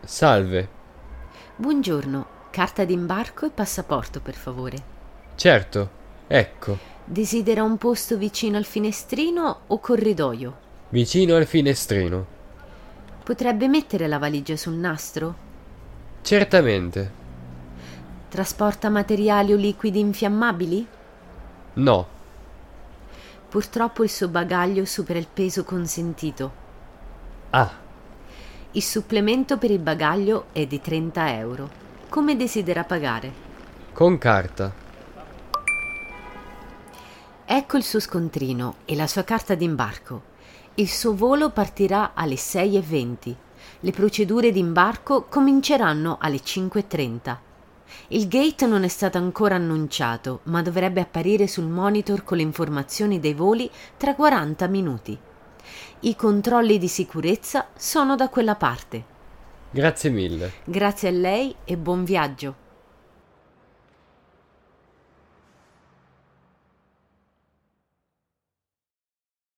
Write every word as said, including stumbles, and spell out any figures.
Salve. Buongiorno, carta d'imbarco e passaporto, per favore. Certo, ecco, Desidera un posto vicino al finestrino o corridoio? vicino al finestrino. Potrebbe mettere la valigia sul nastro? Certamente. Trasporta materiali o liquidi infiammabili? No. Purtroppo il suo bagaglio supera il peso consentito. Ah, Il supplemento per il bagaglio è di trenta euro. Come desidera pagare? con carta. Ecco il suo scontrino e la sua carta d'imbarco. Il suo volo partirà alle sei e venti. Le procedure d'imbarco cominceranno alle cinque e trenta. Il gate non è stato ancora annunciato, ma dovrebbe apparire sul monitor con le informazioni dei voli tra quaranta minuti. I controlli di sicurezza sono da quella parte. Grazie mille. Grazie a lei e buon viaggio.